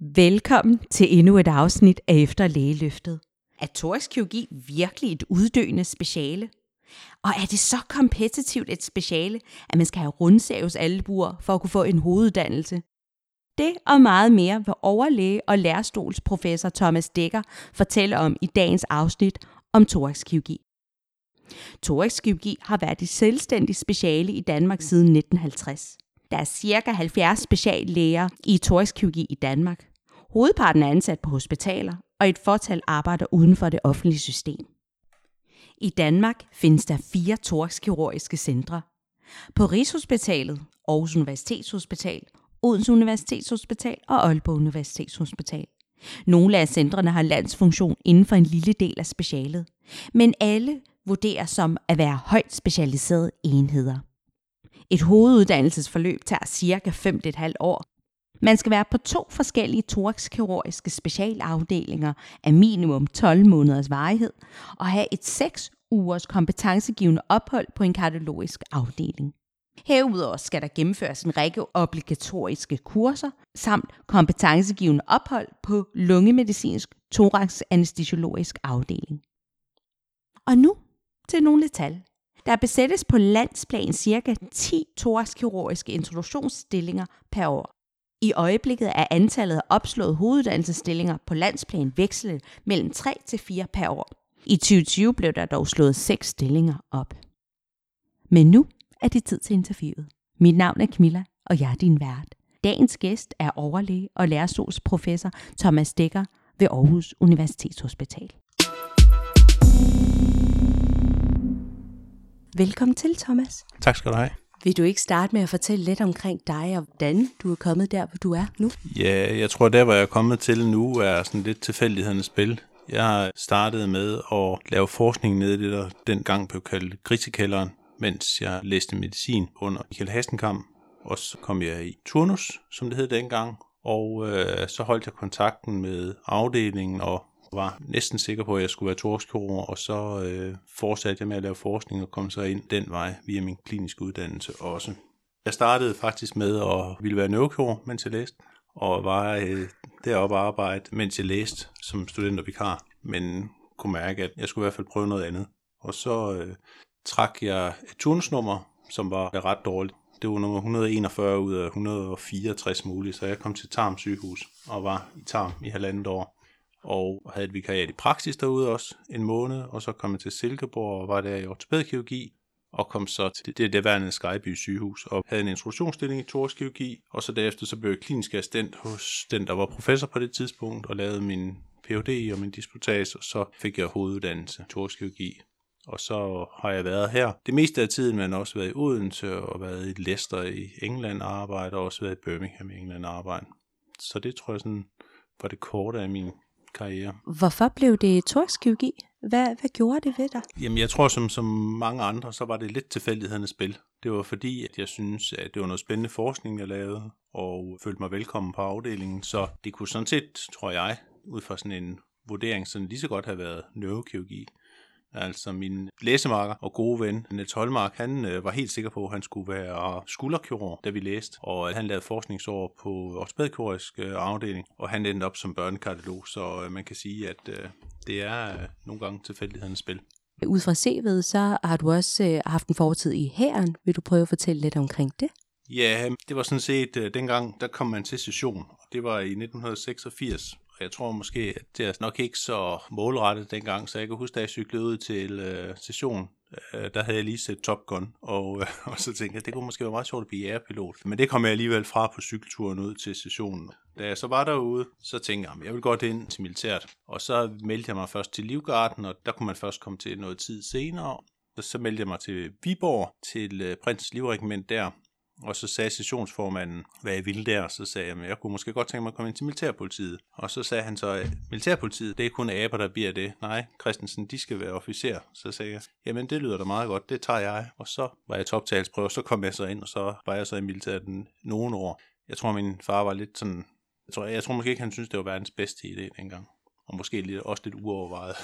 Velkommen til endnu et afsnit af Efter Lægeløftet. Er thorax kirurgi virkelig et uddøende speciale? Og er det så kompetitivt et speciale, at man skal have rundsavsalbuer for at kunne få en hoveduddannelse? Det og meget mere vil overlæge og lærestolsprofessor Thomas Decker fortælle om i dagens afsnit om thorax kirurgi. Thorax kirurgi har været et selvstændigt speciale i Danmark siden 1950. Der er ca. 70 speciallæger i thorax kirurgi i Danmark. Hovedparten er ansat på hospitaler, og et fåtal arbejder uden for det offentlige system. I Danmark findes der 4 thoraxkirurgiske centre. På Rigshospitalet, Aarhus Universitetshospital, Odense Universitetshospital og Aalborg Universitetshospital. Nogle af centrene har landsfunktion inden for en lille del af specialet, men alle vurderes som at være højt specialiserede enheder. Et hoveduddannelsesforløb tager ca. 5,5 år. Man skal være på 2 forskellige thoraxkirurgiske specialafdelinger af minimum 12 måneders varighed og have et 6 ugers kompetencegivende ophold på en kardiologisk afdeling. Herudover skal der gennemføres en række obligatoriske kurser samt kompetencegivende ophold på lungemedicinsk thorax-anæstesiologisk afdeling. Og nu til nogle tal. Der besættes på landsplan ca. 10 thoraxkirurgiske introduktionsstillinger per år. I øjeblikket er antallet af opslåede hoveduddannelsesstillinger på landsplan vekslet mellem 3 til 4 per år. I 2020 blev der dog slået 6 stillinger op. Men nu er det tid til interviewet. Mit navn er Camilla, og jeg er din vært. Dagens gæst er overlæge og lærestolsprofessor Thomas Decker ved Aarhus Universitetshospital. Velkommen til, Thomas. Tak skal du have. Vil du ikke starte med at fortælle lidt omkring dig og hvordan du er kommet der, hvor du er nu? Ja, jeg tror, der hvor jeg er kommet til nu, er sådan lidt tilfældighedernes spil. Jeg startede med at lave forskning nede i det, der dengang blev kaldt grisekælderen, mens jeg læste medicin under Michael Hastenkamp. Og så kom jeg i turnus, som det hed dengang, og så holdt jeg kontakten med afdelingen og var næsten sikker på, at jeg skulle være thoraxkirurg, og så fortsatte jeg med at lave forskning og kom så ind den vej via min kliniske uddannelse også. Jeg startede faktisk med at ville være neurokirurg, mens jeg læste, og var deroppe og arbejde, mens jeg læste som student og vikar, men kunne mærke, at jeg skulle i hvert fald prøve noget andet. Og så trak jeg et turnusnummer, som var ret dårligt. Det var nummer 141 ud af 164 mulige, så jeg kom til Tarm sygehus og var i Tarm i 1,5 år. Og havde et vikariat i praksis derude også en måned, og så kom jeg til Silkeborg og var der i ortopædkirurgi, og kom så til det derværende Skejby sygehus og havde en introduktionsstilling i thorax kirurgi, og så derefter så blev jeg klinisk assistent hos den, der var professor på det tidspunkt, og lavede min Ph.D. og min disputats, og så fik jeg hoveduddannelse i thorax kirurgi. Og så har jeg været her det meste af tiden, men også været i Odense og været i Leicester i England og arbejde, og også været i Birmingham i England og arbejde. Så det tror jeg sådan var det korte af min karriere. Hvorfor blev det thoraxkirurgi? Hvad gjorde det ved dig? Jamen jeg tror som mange andre, så var det lidt tilfældighedernes spil. Det var fordi, at jeg synes, at det var noget spændende forskning, jeg lavede, og følte mig velkommen på afdelingen. Så det kunne sådan set, tror jeg, ud fra sådan en vurdering, sådan lige så godt have været neurokirurgi. Altså min læsemarker og gode ven, Niels Holmark, han var helt sikker på, at han skulle være skulderkirurg, da vi læste. Og han lavede forskningsår på ortopædkirurgisk afdeling, og han endte op som børnekardiolog. Så man kan sige, at det er nogle gange tilfældighedernes spil. Ud fra CV'et, så har du også haft en fortid i hæren. Vil du prøve at fortælle lidt omkring det? Ja, det var sådan set dengang, der kom man til session, og det var i 1986. Og jeg tror måske, at det er nok ikke så målrettet dengang, så jeg kan huske, da jeg cyklede ud til session, der havde jeg lige set Top Gun, og så tænkte jeg, at det kunne måske være meget sjovt at blive airpilot. Men det kom jeg alligevel fra på cykelturen ud til sessionen. Da jeg så var derude, så tænkte jeg, at jeg vil godt ind til militæret. Og så meldte jeg mig først til Livgarden, og der kunne man først komme til noget tid senere. Så meldte jeg mig til Viborg, til Prinsens Livregiment der. Og så sagde sessionsformanden, hvad jeg ville der, og så sagde jeg, at jeg kunne måske godt tænke mig at komme ind til militærpolitiet. Og så sagde han så, at militærpolitiet, det er kun aber, der bliver det. Nej, Christensen, de skal være officer. Så sagde jeg, jamen det lyder da meget godt, det tager jeg. Og så var jeg til optagelsesprøve, og så kom jeg så ind, og så var jeg så i militæret nogle år. Jeg tror, min far var lidt sådan, jeg tror måske ikke, han synes, det var verdens bedste idé dengang. Og måske også lidt uovervejet.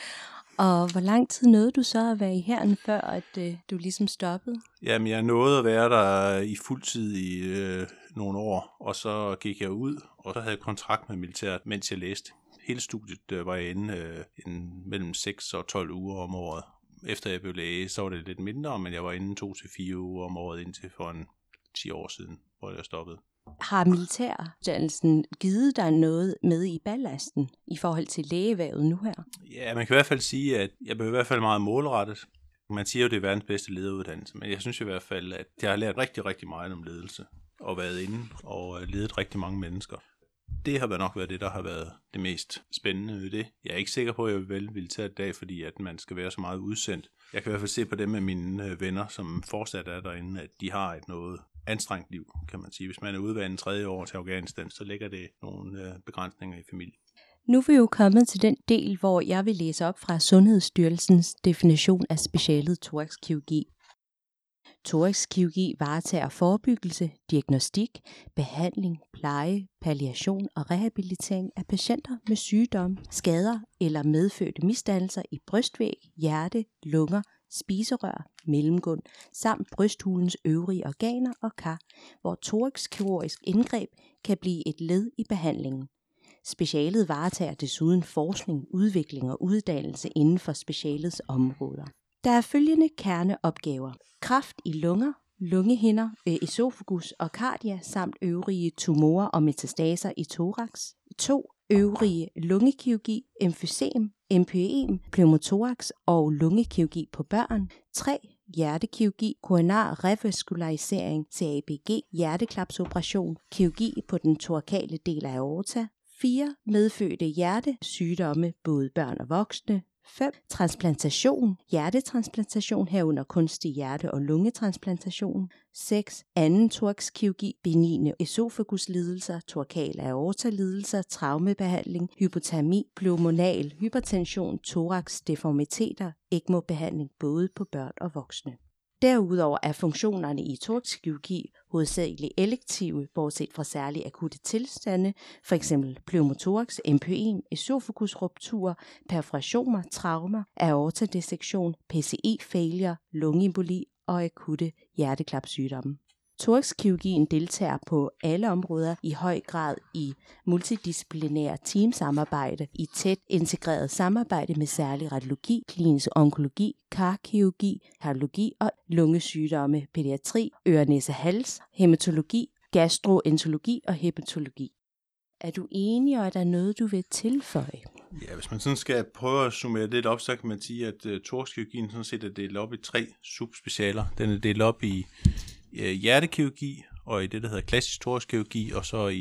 Og hvor lang tid nåede du så at være i hæren, før at du ligesom stoppede? Jamen, jeg nåede at være der i fuld tid i nogle år, og så gik jeg ud, og så havde jeg kontrakt med militæret, mens jeg læste. Hele studiet var jeg inde mellem 6 og 12 uger om året. Efter jeg blev læge, så var det lidt mindre, men jeg var inde 2 til 4 uger om året indtil for 10 år siden, hvor jeg stoppede. Har militæruddannelsen givet dig noget med i ballasten i forhold til lægevævet nu her? Ja, man kan i hvert fald sige, at jeg blev i hvert fald meget målrettet. Man siger jo, det er verdens bedste lederuddannelse, men jeg synes i hvert fald, at jeg har lært rigtig, rigtig meget om ledelse, og været inde og ledet rigtig mange mennesker. Det har nok været det, der har været det mest spændende ved det. Jeg er ikke sikker på, at jeg vil vælge militæret i dag, fordi at man skal være så meget udsendt. Jeg kan i hvert fald se på dem af mine venner, som fortsat er derinde, at de har et noget anstrengt liv, kan man sige. Hvis man er udvandet 3. år til Afghanistan, så ligger det nogle begrænsninger i familien. Nu er vi jo kommet til den del, hvor jeg vil læse op fra Sundhedsstyrelsens definition af specialet thoraxkirurgi. Thoraxkirurgi varetager forebyggelse, diagnostik, behandling, pleje, palliation og rehabilitering af patienter med sygdomme, skader eller medfødte misdannelser i brystvæg, hjerte, lunger, spiserør, mellemgund samt brysthulens øvrige organer og kar, hvor thoraxkirurgisk indgreb kan blive et led i behandlingen. Specialet varetager desuden forskning, udvikling og uddannelse inden for specialets områder. Der er følgende kerneopgaver: kræft i lunger, lungehinder, esophagus og kardia samt øvrige tumorer og metastaser i thorax. 2. Øvrige lungekirurgi, emfysem, empyem, pneumothorax og lungekirurgi på børn. 3. Hjertekirurgi, koronar revaskularisering, CABG, hjerteklapsoperation, kirurgi på den thorakale del af aorta. 4. Medfødte hjertesygdomme, både børn og voksne. 5. Transplantation, hjertetransplantation herunder kunstig hjerte- og lungetransplantation. 6. Anden thoraxkirurgi, benigne esofaguslidelser, thorakale aortalidelser, traumebehandling, hypotermi, pulmonal hypertension, thoraxdeformiteter, ECMO-behandling både på børn og voksne. Derudover er funktionerne i thoraxkirurgi hovedsageligt elektive, bortset fra særligt akutte tilstande, f.eks. pneumothorax, empyem, esofagusruptur, perforationer, traumer, aortadissektion, PCI-failure, lungeemboli og akutte hjerteklapsygdomme. Thoraxkirurgien deltager på alle områder i høj grad i multidisciplinær teamsamarbejde, i tæt integreret samarbejde med særlig radiologi, klinisk onkologi, karkirurgi, kardiologi og lungesygdomme, pædiatri, øre-næse-hals, hæmatologi, gastroenterologi og hepatologi. Er du enig, og er der noget, du vil tilføje? Ja, hvis man sådan skal prøve at summere lidt op, så kan man sige, at thoraxkirurgien sådan set er delt op i 3 subspecialer. Den er delt op i hjertekirurgi, og i det, der hedder klassisk thoraxkirurgi, og så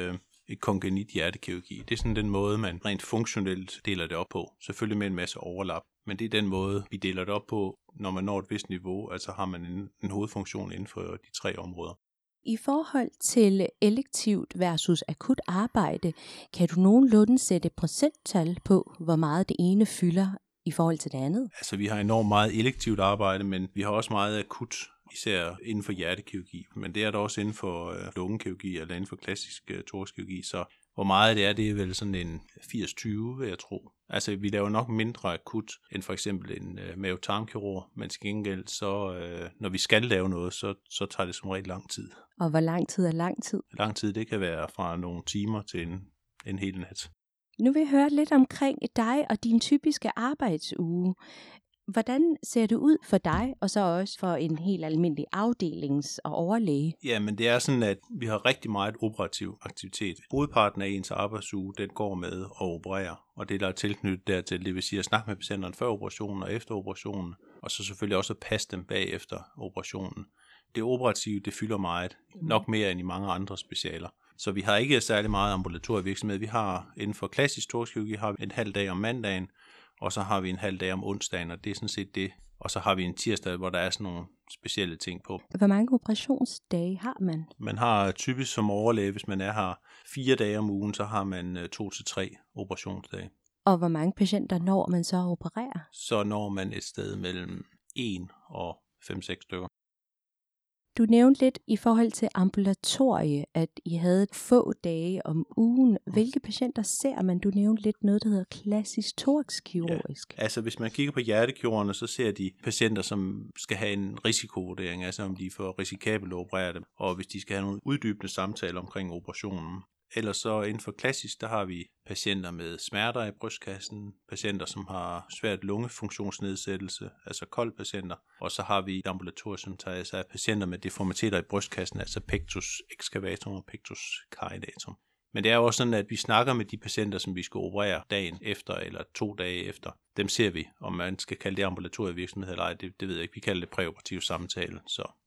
i kongenit hjertekirurgi. Det er sådan den måde, man rent funktionelt deler det op på. Selvfølgelig med en masse overlap, men det er den måde, vi deler det op på, når man når et vist niveau, altså har man en hovedfunktion inden for de 3 områder. I forhold til elektivt versus akut arbejde, kan du nogenlunde sætte procenttal på, hvor meget det ene fylder i forhold til det andet? Altså, vi har enormt meget elektivt arbejde, men vi har også meget akut, især inden for hjertekirurgi. Men det er der også inden for lungekirurgi eller inden for klassisk thoraxkirurgi. Så hvor meget det er vel sådan en 80-20, vil jeg tro. Altså, vi laver nok mindre akut end for eksempel en mavetarmkirurg, men til gengæld, så når vi skal lave noget, så tager det som regel lang tid. Og hvor lang tid er lang tid? Lang tid, det kan være fra nogle timer til en hel nat. Nu vil jeg høre lidt omkring dig og din typiske arbejdsuge. Hvordan ser det ud for dig, og så også for en helt almindelig afdelings- og overlæge? Ja, men det er sådan, at vi har rigtig meget operativ aktivitet. Hovedparten af ens arbejdsuge, den går med at operere, og det der er tilknyttet dertil, det vil sige at snakke med patienterne før operationen og efter operationen, og så selvfølgelig også at passe dem bagefter operationen. Det operative, det fylder meget, nok mere end i mange andre specialer. Så vi har ikke særlig meget ambulatorievirksomhed. Vi har inden for klassisk thoraxkirurgi har vi en halv dag om mandagen, og så har vi en halv dag om onsdagen, og det er sådan set det. Og så har vi en tirsdag, hvor der er sådan nogle specielle ting på. Hvor mange operationsdage har man? Man har typisk som overlæge, hvis man er her 4 dage om ugen, så har man 2 til 3 operationsdage. Og hvor mange patienter når man så at operere? Så når man et sted mellem 1 og 5-6 stykker. Du nævnte lidt i forhold til ambulatorie, at I havde få dage om ugen. Hvilke patienter ser man? Du nævnte lidt noget, der hedder klassisk thoraxkirurgisk. Ja, altså hvis man kigger på hjertekirurgerne, så ser de patienter, som skal have en risikovurdering, altså om de er for risikabelt at operere dem, og hvis de skal have nogle uddybende samtaler omkring operationen. Ellers så inden for klassisk, der har vi patienter med smerter i brystkassen, patienter, som har svært lungefunktionsnedsættelse, altså KOL-patienter, og så har vi et ambulatorium, som tager sig af patienter med deformiteter i brystkassen, altså pectus excavatum og pectus caridatum. Men det er jo også sådan, at vi snakker med de patienter, som vi skal operere dagen efter eller 2 dage efter. Dem ser vi, om man skal kalde det ambulatorievirksomhed eller ej, det ved jeg ikke. Vi kalder det præoperativ samtale.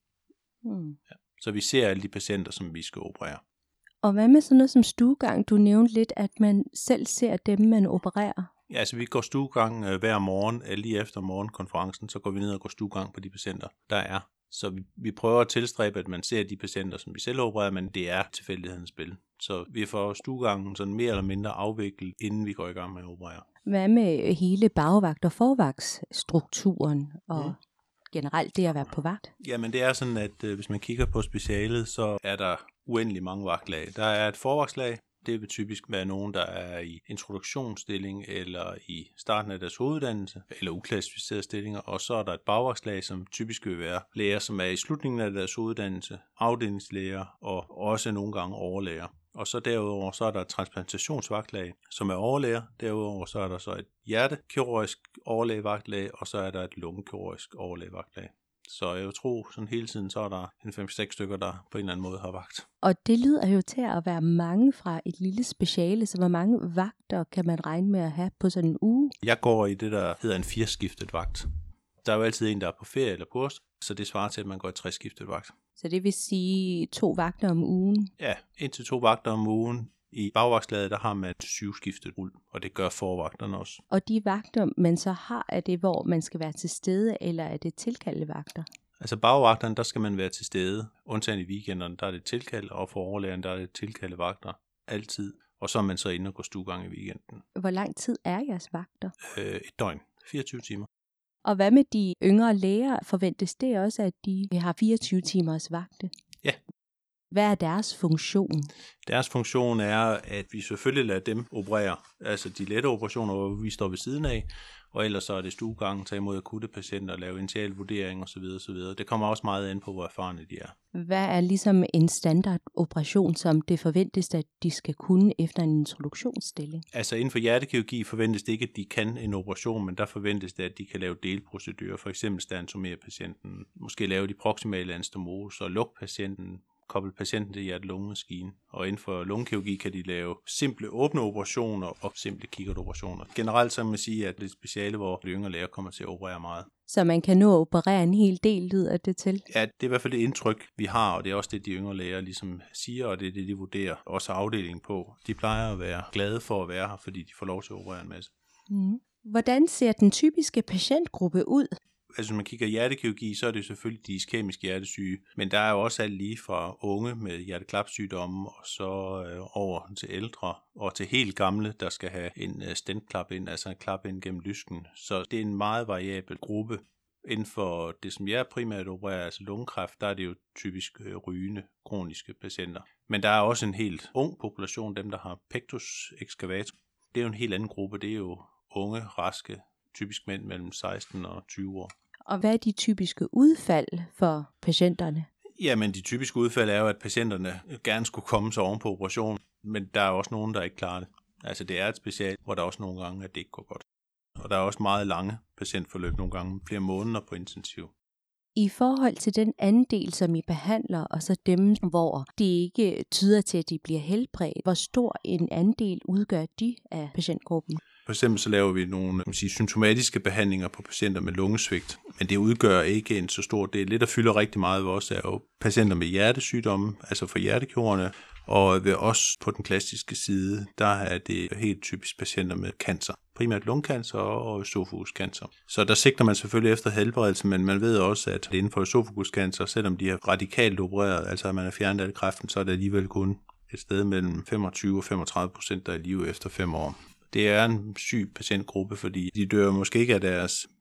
Så vi ser alle de patienter, som vi skal operere. Og hvad med sådan noget som stuegang? Du nævnte lidt, at man selv ser dem, man opererer. Ja, altså vi går stuegang hver morgen, lige efter morgenkonferencen, så går vi ned og går stuegang på de patienter, der er. Så vi prøver at tilstræbe, at man ser de patienter, som vi selv opererer, men det er tilfældighedens spil. Så vi får stuegangen sådan mere eller mindre afviklet, inden vi går i gang med at operere. Hvad med hele bagvagt- og forvagtsstrukturen og generelt det at være på vagt? Jamen det er sådan, at hvis man kigger på specialet, så er der uendelig mange vagtlag. Der er et forvagtslag. Det vil typisk være nogen, der er i introduktionsstilling eller i starten af deres hoveduddannelse eller uklassificerede stillinger. Og så er der et bagvagtslag, som typisk vil være læger, som er i slutningen af deres hoveduddannelse, afdelingslæger og også nogle gange overlæger. Og så derudover så er der et transplantationsvagtlag, som er overlæger. Derudover så er der så et hjertekirurgisk overlægevagtlag, og så er der et lungekirurgisk overlægevagtlag. Så jeg vil tro, sådan hele tiden, så er der en 5-6 stykker, der på en eller anden måde har vagt. Og det lyder jo til at være mange fra et lille speciale, så hvor mange vagter kan man regne med at have på sådan en uge? Jeg går i det, der hedder en 4-skiftet vagt. Der er jo altid en, der er på ferie eller kurs, så det svarer til, at man går i 3-skiftet vagt. Så det vil sige 2 vagter om ugen? Ja, 1-2 vagter om ugen. I bagvagtslaget, der har man 7-skiftet rul, og det gør forvagterne også. Og de vagter, man så har, er det, hvor man skal være til stede, eller er det tilkaldte vagter? Altså bagvagterne, der skal man være til stede. Undtagen i weekenderne, der er det tilkald, og for overlægeren, der er det tilkaldte vagter. Altid. Og så er man så inde og går stuegang i weekenden. Hvor lang tid er jeres vagter? 1 døgn. 24 timer. Og hvad med de yngre læger? Forventes det også, at de har 24 timers vagte? Ja. Hvad er deres funktion? Deres funktion er, at vi selvfølgelig lader dem operere, altså de lette operationer, hvor vi står ved siden af, og ellers så er det stuegangen, tage imod akutte patienter, lave initial vurdering osv. osv. Det kommer også meget an på, hvor erfarne de er. Hvad er ligesom en standard operation, som det forventes, at de skal kunne efter en introduktionsstilling? Altså inden for hjertekirurgi forventes det ikke, at de kan en operation, men der forventes det, at de kan lave delprocedurer, for eksempel sternotomere patienten, måske lave de proximale anastomose og lukke patienten, koble patienten til hjerte-lungemaskine. Og inden for lungekirurgi kan de lave simple åbne operationer og simple kikkertoperationer. Generelt så kan man sige, at det er et speciale, hvor de yngre læger kommer til at operere meget. Så man kan nå at operere en hel del, lyder det til? Ja, det er i hvert fald det indtryk, vi har, og det er også det, de yngre læger ligesom siger, og det er det, de vurderer også afdelingen på. De plejer at være glade for at være her, fordi de får lov til at operere en masse. Hvordan ser den typiske patientgruppe ud? Altså, hvis man kigger hjertekirurgi, så er det selvfølgelig de iskæmiske hjertesyge, men der er jo også alt lige fra unge med hjerteklapsygdomme, og så over til ældre, og til helt gamle, der skal have en stentklap ind, altså en klap ind gennem lysken. Så det er en meget variabel gruppe. Inden for det, som jeg primært opererer, altså lungekræft, der er det jo typisk rygende, kroniske patienter. Men der er også en helt ung population, dem der har pectus excavatum. Det er jo en helt anden gruppe, det er jo unge, raske, typisk mænd mellem 16 og 20 år. Og hvad er de typiske udfald for patienterne? Jamen, de typiske udfald er jo, at patienterne gerne skulle komme sig oven på operationen, men der er også nogen, der ikke klarer det. Altså, det er et special, hvor der også nogle gange, at det ikke går godt. Og der er også meget lange patientforløb nogle gange, flere måneder på intensiv. I forhold til den andel, som I behandler, og så dem, hvor det ikke tyder til, at de bliver helbredt, hvor stor en andel udgør de af patientgruppen? For eksempel så laver vi nogle symptomatiske behandlinger på patienter med lungesvigt, men det udgør ikke en så stor del. Det, der fylder rigtig meget ved os, er jo patienter med hjertesygdomme, altså for hjertekirurgerne, og ved os på den klassiske side, der er det helt typisk patienter med cancer. Primært lungcancer og esofaguscancer. Så der sigter man selvfølgelig efter helbredelse, men man ved også, at inden for esofaguscancer, selvom de er radikalt opereret, altså at man er fjernet af kræften, så er det alligevel kun et sted mellem 25% og 35%, der er i live efter 5 år. Det er en syg patientgruppe, fordi de dør måske ikke af deres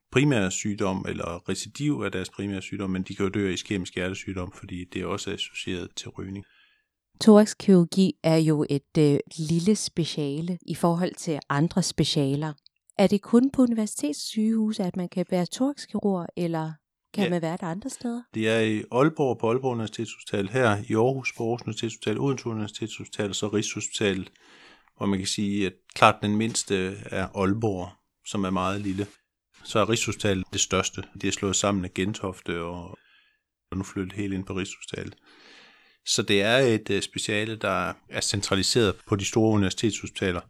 primære sygdom eller recidiv af deres primære sygdom, men de kan jo dø af iskemisk hjertesygdom, fordi det er også associeret til rygning. Thoraxkirurgi er jo et lille speciale i forhold til andre specialer. Er det kun på universitetssygehuse, at man kan være thoraxkirurg, eller kan man være der andre steder? Det er i Aalborg på Aalborg Universitetshospital, her i Aarhus på Aarhus Universitetshospital, Odense Universitetshospital og så Rigshospitalet, hvor man kan sige, at klart den mindste er Aalborg, som er meget lille. Så er Rigshospitalet det største. Det er slået sammen af Gentofte og nu flyttet helt ind på Rigshospitalet. Så det er et speciale, der er centraliseret på de store universitetshospitaler.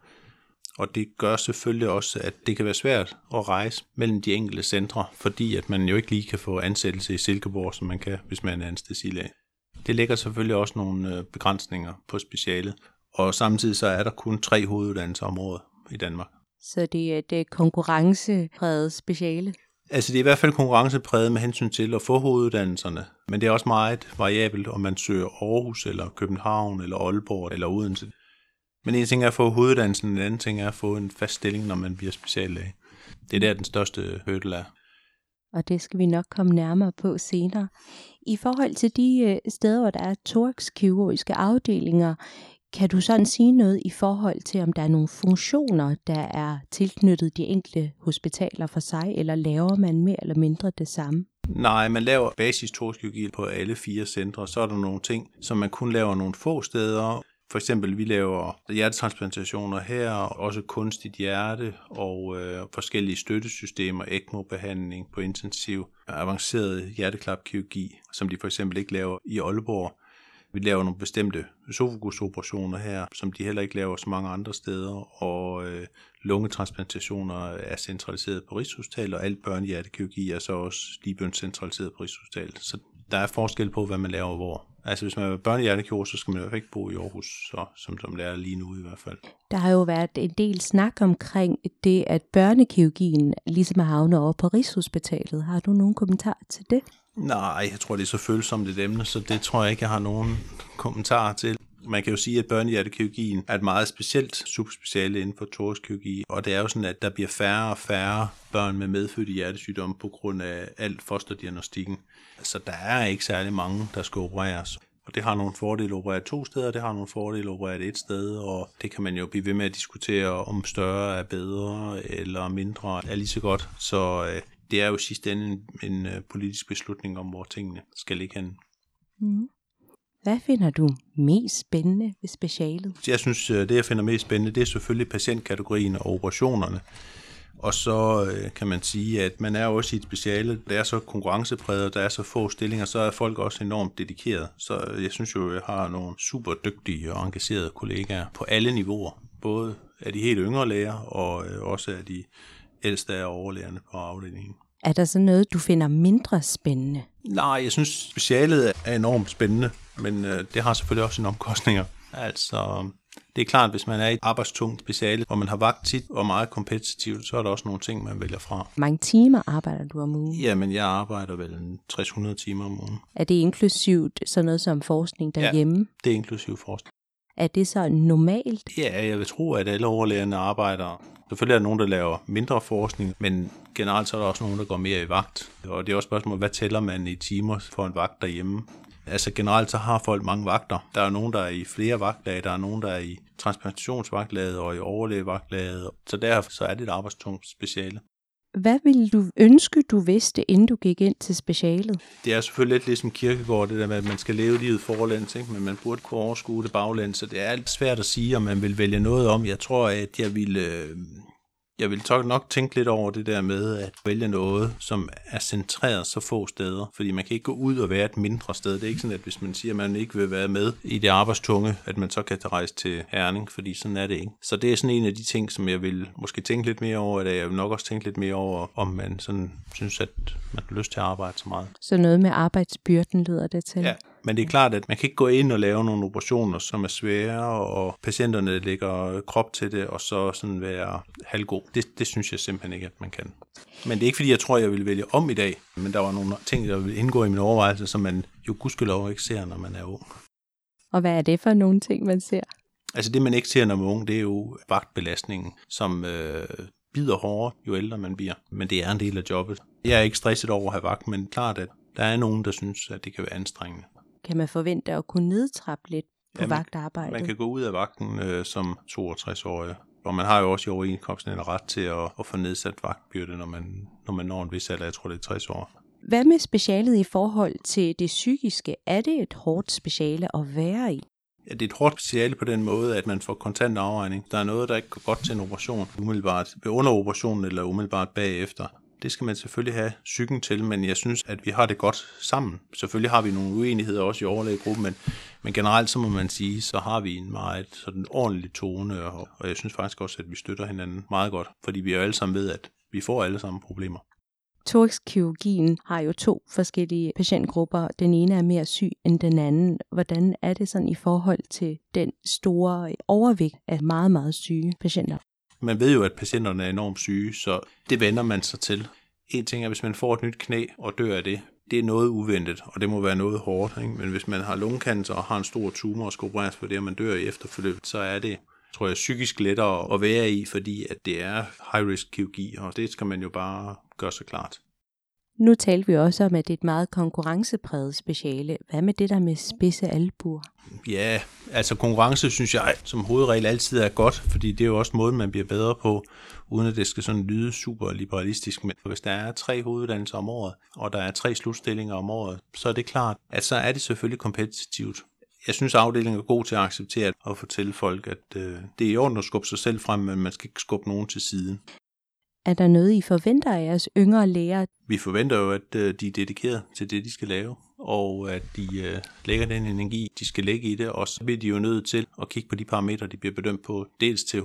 Og det gør selvfølgelig også, at det kan være svært at rejse mellem de enkelte centre, fordi at man jo ikke lige kan få ansættelse i Silkeborg, som man kan, hvis man er anæstesilæge. Det lægger selvfølgelig også nogle begrænsninger på specialet. Og samtidig så er der kun 3 hoveduddannelser om året i Danmark. Så det er et konkurrencepræget speciale? Altså det er i hvert fald konkurrencepræget med hensyn til at få hoveduddannelserne, men det er også meget variabelt, om man søger Aarhus eller København eller Aalborg eller Odense. Men en ting er at få hoveduddannelsen, en anden ting er at få en fast stilling, når man bliver speciallæge. Det er der den største hurdle er. Og det skal vi nok komme nærmere på senere. I forhold til de steder, hvor der er thoraxkirurgiske afdelinger, kan du sådan sige noget i forhold til, om der er nogle funktioner, der er tilknyttet de enkelte hospitaler for sig, eller laver man mere eller mindre det samme? Nej, man laver basis thoraxkirurgi på alle 4 centre. Så er der nogle ting, som man kun laver nogle få steder. For eksempel, vi laver hjertetransplantationer her, også kunstigt hjerte og forskellige støttesystemer, ECMO-behandling på intensiv, avanceret hjerteklapkirurgi, som de for eksempel ikke laver i Aalborg. Vi laver nogle bestemte esofagusoperationer her, som de heller ikke laver så mange andre steder, og lungetransplantationer er centraliseret på Rigshospitalet, og alt børnehjertekirurgi er så også lige blevet centraliseret på Rigshospitalet. Så der er forskel på, hvad man laver hvor. Altså hvis man er børnehjertekirurg, så skal man jo ikke bo i Aarhus, som det er lige nu i hvert fald. Der har jo været en del snak omkring det, at børnekirurgien ligesom er havnet over på Rigshospitalet. Har du nogen kommentar til det? Nej, jeg tror, det er så følsomt et emne, så det tror jeg ikke, jeg har nogen kommentarer til. Man kan jo sige, at børnehjertekirurgien er et meget specielt subspeciale inden for thoraxkirurgi, og det er jo sådan, at der bliver færre og færre børn med medfødte hjertesygdomme på grund af alt fosterdiagnostikken. Så der er ikke særlig mange, der skal opereres. Og det har nogle fordele at operere 2 steder, det har nogle fordele at operere 1 sted, og det kan man jo blive ved med at diskutere, om større er bedre eller mindre er lige så godt. Så det er jo i sidste ende en politisk beslutning om, hvor tingene skal ligge hen. Mm. Hvad finder du mest spændende ved specialet? Jeg synes, det jeg finder mest spændende, det er selvfølgelig patientkategorien og operationerne. Og så kan man sige, at man er også i et speciale, der er så konkurrencepræget, der er så få stillinger, så er folk også enormt dedikeret. Så jeg synes jo, at jeg har nogle super dygtige og engagerede kollegaer på alle niveauer. Både af de helt yngre læger og også af de ældste af overlægerne på afdelingen. Er der så noget, du finder mindre spændende? Nej, jeg synes, specialet er enormt spændende, men det har selvfølgelig også sine omkostninger. Altså, det er klart, at hvis man er i et arbejdstungt speciale, hvor man har vagt tit og meget kompetitivt, så er der også nogle ting, man vælger fra. Hvor mange timer arbejder du om ugen? Jamen, jeg arbejder vel 300 timer om ugen. Er det inklusivt sådan noget som forskning derhjemme? Ja, det er inklusivt forskning. Er det så normalt? Ja, jeg vil tro, at alle overlægerne arbejder. Selvfølgelig er der nogen, der laver mindre forskning, men generelt så er der også nogen, der går mere i vagt. Og det er også spørgsmålet, hvad tæller man i timer for en vagt derhjemme? Altså generelt så har folk mange vagter. Der er nogen, der er i flere vagtlag, der er nogen, der er i transplantationsvagtlaget og i overlægevagtlaget. Så derfor så er det et arbejdstungt speciale. Hvad ville du ønske, du vidste, inden du gik ind til specialet? Det er selvfølgelig lidt ligesom Kierkegaard, det der med, at man skal leve livet forlæns, ikke? Men man burde kunne overskue det baglæns, så det er alt svært at sige, om man vil vælge noget om. Jeg tror, at jeg vil nok tænke lidt over det der med at vælge noget, som er centreret så få steder. Fordi man kan ikke gå ud og være et mindre sted. Det er ikke sådan, at hvis man siger, at man ikke vil være med i det arbejdstunge, at man så kan rejse til Herning, fordi sådan er det ikke. Så det er sådan en af de ting, som jeg vil måske tænke lidt mere over, eller jeg vil nok også tænke lidt mere over, om man sådan synes, at man har lyst til at arbejde så meget. Så noget med arbejdsbyrden lyder det til? Ja. Men det er klart, at man kan ikke gå ind og lave nogle operationer, som er svære, og patienterne lægger krop til det, og så sådan være halvgod. Det synes jeg simpelthen ikke, at man kan. Men det er ikke, fordi jeg tror, jeg vil vælge om i dag, men der var nogle ting, der vil indgå i min overvejelse, som man jo gudskelov ikke ser, når man er ung. Og hvad er det for nogle ting, man ser? Altså det, man ikke ser, når man er ung, det er jo vagtbelastningen, som bider hårdere, jo ældre man bliver. Men det er en del af jobbet. Jeg er ikke stresset over at have vagt, men klart, at der er nogen, der synes, at det kan være anstrengende. Kan man forvente at kunne nedtrappe lidt på vagtarbejdet? Man kan gå ud af vagten som 62-årig. Og man har jo også i overenskomsten en ret til at få nedsat vagtbyrde, når man når en vis alder. Jeg tror, det er 60 år. Hvad med specialet i forhold til det psykiske? Er det et hårdt speciale at være i? Ja, det er et hårdt speciale på den måde, at man får kontant afregning. Der er noget, der ikke går godt til en operation, umiddelbart under operationen eller umiddelbart bagefter. Det skal man selvfølgelig have psyken til, men jeg synes, at vi har det godt sammen. Selvfølgelig har vi nogle uenigheder også i overlægegruppen, men generelt så må man sige, så har vi en meget sådan ordentlig tone, og jeg synes faktisk også, at vi støtter hinanden meget godt, fordi vi jo alle sammen ved, at vi får alle sammen problemer. Thoraxkirurgien har jo 2 forskellige patientgrupper. Den ene er mere syg end den anden. Hvordan er det sådan i forhold til den store overvægt af meget, meget syge patienter? Man ved jo, at patienterne er enormt syge, så det vender man sig til. En ting er, hvis man får et nyt knæ og dør af det. Det er noget uventet, og det må være noget hårdt. Ikke? Men hvis man har lungekancer og har en stor tumor og skal opereres for det, og man dør i efterforløbet, så er det, tror jeg, psykisk lettere at være i, fordi at det er high-risk kirurgi, og det skal man jo bare gøre sig klart. Nu talte vi også om, at det er et meget konkurrencepræget speciale. Hvad med det der med spidse albuer? Ja, altså konkurrence synes jeg som hovedregel altid er godt, fordi det er jo også måden, man bliver bedre på, uden at det skal sådan lyde super liberalistisk. Men hvis der er 3 hoveduddannelser om året, og der er 3 slutstillinger om året, så er det klart, at så er det selvfølgelig kompetitivt. Jeg synes, afdelingen er god til at acceptere og fortælle folk, at det er i orden at skubbe sig selv frem, men man skal ikke skubbe nogen til siden. Er der noget, I forventer af jeres yngre læger? Vi forventer jo, at de er dedikeret til det, de skal lave, og at de lægger den energi, de skal lægge i det, og så bliver de jo nødt til at kigge på de parametre, de bliver bedømt på, dels til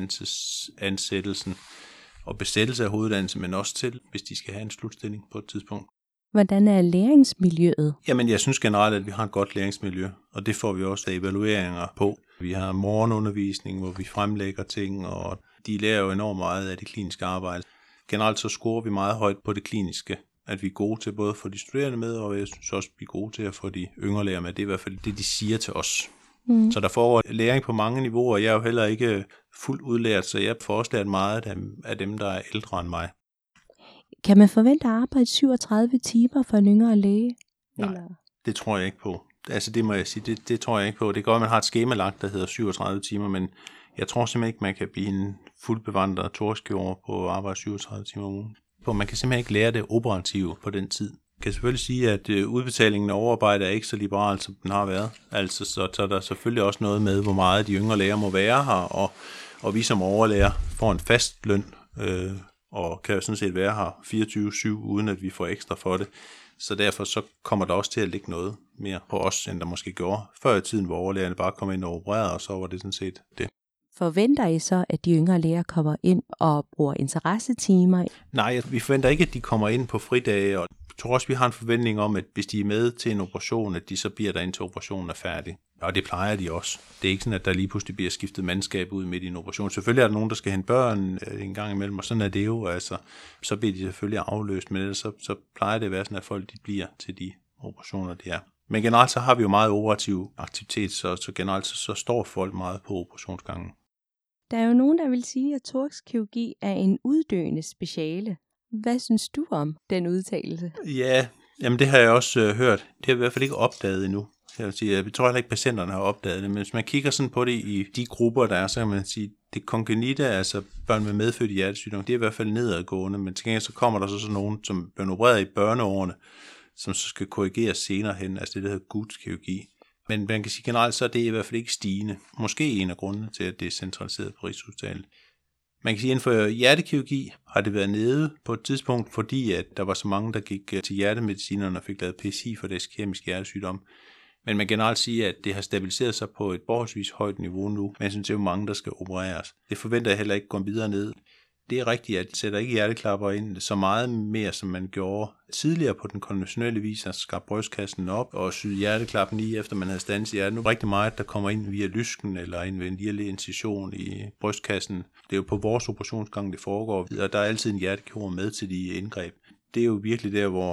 hoveduddannelsesansættelsen og besættelse af hoveduddannelse, men også til, hvis de skal have en slutstilling på et tidspunkt. Hvordan er læringsmiljøet? Jamen, jeg synes generelt, at vi har et godt læringsmiljø, og det får vi også af evalueringer på. Vi har morgenundervisning, hvor vi fremlægger ting, og de lærer jo enormt meget af det kliniske arbejde. Generelt så scorer vi meget højt på det kliniske, at vi er gode til både at få de studerende med, og jeg synes også, at vi er gode til at få de yngre læger med. Det er i hvert fald det, de siger til os. Så der foregår læring på mange niveauer. Jeg er jo heller ikke fuldt udlært, så jeg får også lært meget af dem, der er ældre end mig. Kan man forvente at arbejde 37 timer for en yngre læge? Nej, det tror jeg ikke på. Altså det må jeg sige, det tror jeg ikke på. Det er godt, at man har et skemalagt, der hedder 37 timer, men jeg tror simpelthen ikke, man kan blive en fuldbevandret thoraxkirurg på at arbejde 37 timer om ugen. Man kan simpelthen ikke lære det operative på den tid. Jeg kan selvfølgelig sige, at udbetalingen af overarbejde er ikke så liberal, som den har været. Altså, så er der selvfølgelig også noget med, hvor meget de yngre læger må være her, og vi som overlæger får en fast løn, og kan jo sådan set være her 24/7, uden at vi får ekstra for det. Så derfor så kommer der også til at ligge noget mere på os, end der måske gjorde før i tiden, hvor overlægerne bare kom ind og opererede, og så var det sådan set det. Forventer I så, at de yngre læger kommer ind og bruger interessetimer? Nej, vi forventer ikke, at de kommer ind på fridage, og jeg tror også, vi har en forventning om, at hvis de er med til en operation, at de så bliver der indtil operationen er færdig. Og det plejer de også. Det er ikke sådan, at der lige pludselig bliver skiftet mandskab ud midt i en operation. Selvfølgelig er der nogen, der skal hente børn en gang imellem, og sådan er det jo. Altså, så bliver de selvfølgelig afløst, men ellers så plejer det at være sådan, at folk de bliver til de operationer, de er. Men generelt så har vi jo meget operativ aktivitet, så generelt så står folk meget på operationsgangen. Der er jo nogen, der vil sige, at thoraxkirurgi er en uddøende speciale. Hvad synes du om den udtalelse? Ja, jamen det har jeg også hørt. Det har vi i hvert fald ikke opdaget endnu. Jeg tror heller ikke, patienterne har opdaget det, men hvis man kigger sådan på det i de grupper, der er, så kan man sige, det kongenite, altså børn med medfødt hjertesygdom, det er i hvert fald nedadgående, men til gengæld så kommer der så sådan nogen, som bliver opereret i børneårene, som så skal korrigeres senere hen, altså det der hedder Guds-kirurgi. Men man kan sige generelt, så er det i hvert fald ikke stigende. Måske en af grundene til, at det er centraliseret på Rigshospitalet. Man kan sige, at inden for hjertekirurgi har det været nede på et tidspunkt, fordi at der var så mange, der gik til hjertemedicinerne og fik lavet PCI for deres kemiske hjertesygdom. Men man kan generelt sige, at det har stabiliseret sig på et forholdsvis højt niveau nu, men jeg synes, det er jo mange, der skal opereres. Det forventer jeg heller ikke går videre ned. Det er rigtigt, at de sætter ikke hjerteklapper ind så meget mere, som man gjorde tidligere på den konventionelle vis, at skar brystkassen op og syede hjerteklappen i, efter man havde standset hjertet. Nu er rigtig meget, der kommer ind via lysken eller ind ved en lille incision i brystkassen. Det er jo på vores operationsgang, det foregår, og der er altid en hjertekirurg med til de indgreb. Det er jo virkelig der, hvor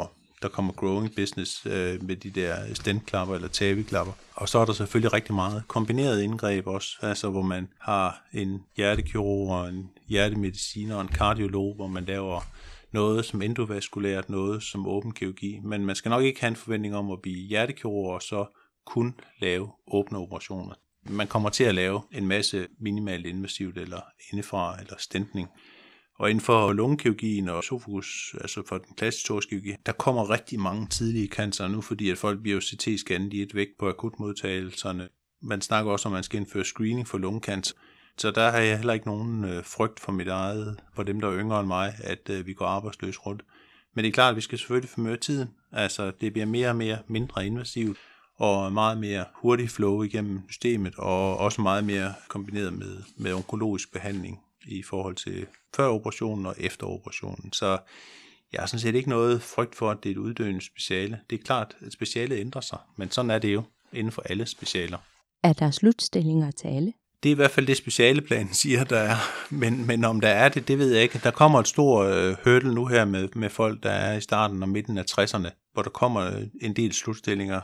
Der kommer growing business med de der stentklapper eller taviklapper. Og så er der selvfølgelig rigtig meget kombineret indgreb også, altså hvor man har en hjertekirurg og en hjertemediciner og en kardiolog, hvor man laver noget som endovaskulært, noget som åben kirurgi. Men man skal nok ikke have en forventning om at blive hjertekirurg og så kun lave åbne operationer. Man kommer til at lave en masse minimalt invasivt eller indefra eller stentning. Og inden for lungekirurgien og esophagus, altså for den klassiske thoraxkirurgi, der kommer rigtig mange tidlige cancer nu, fordi at folk bliver jo CT-scannet i et væk på akutmodtagelserne. Man snakker også om, at man skal indføre screening for lungecancer. Så der har jeg heller ikke nogen frygt for mit eget, for dem, der er yngre end mig, at vi går arbejdsløs rundt. Men det er klart, at vi skal selvfølgelig formøre tiden. Altså, det bliver mere og mere mindre invasivt, og meget mere hurtig flow igennem systemet, og også meget mere kombineret med onkologisk behandling i forhold til før operationen og efter operationen. Så jeg har sådan set ikke noget frygt for, at det er et uddøende speciale. Det er klart, at specialet ændrer sig, men sådan er det jo inden for alle specialer. Er der slutstillinger til alle? Det er i hvert fald det specialeplanen siger, der er. Men om der er det, det ved jeg ikke. Der kommer et stort hurdle nu her med folk, der er i starten og midten af 60'erne, hvor der kommer en del slutstillinger.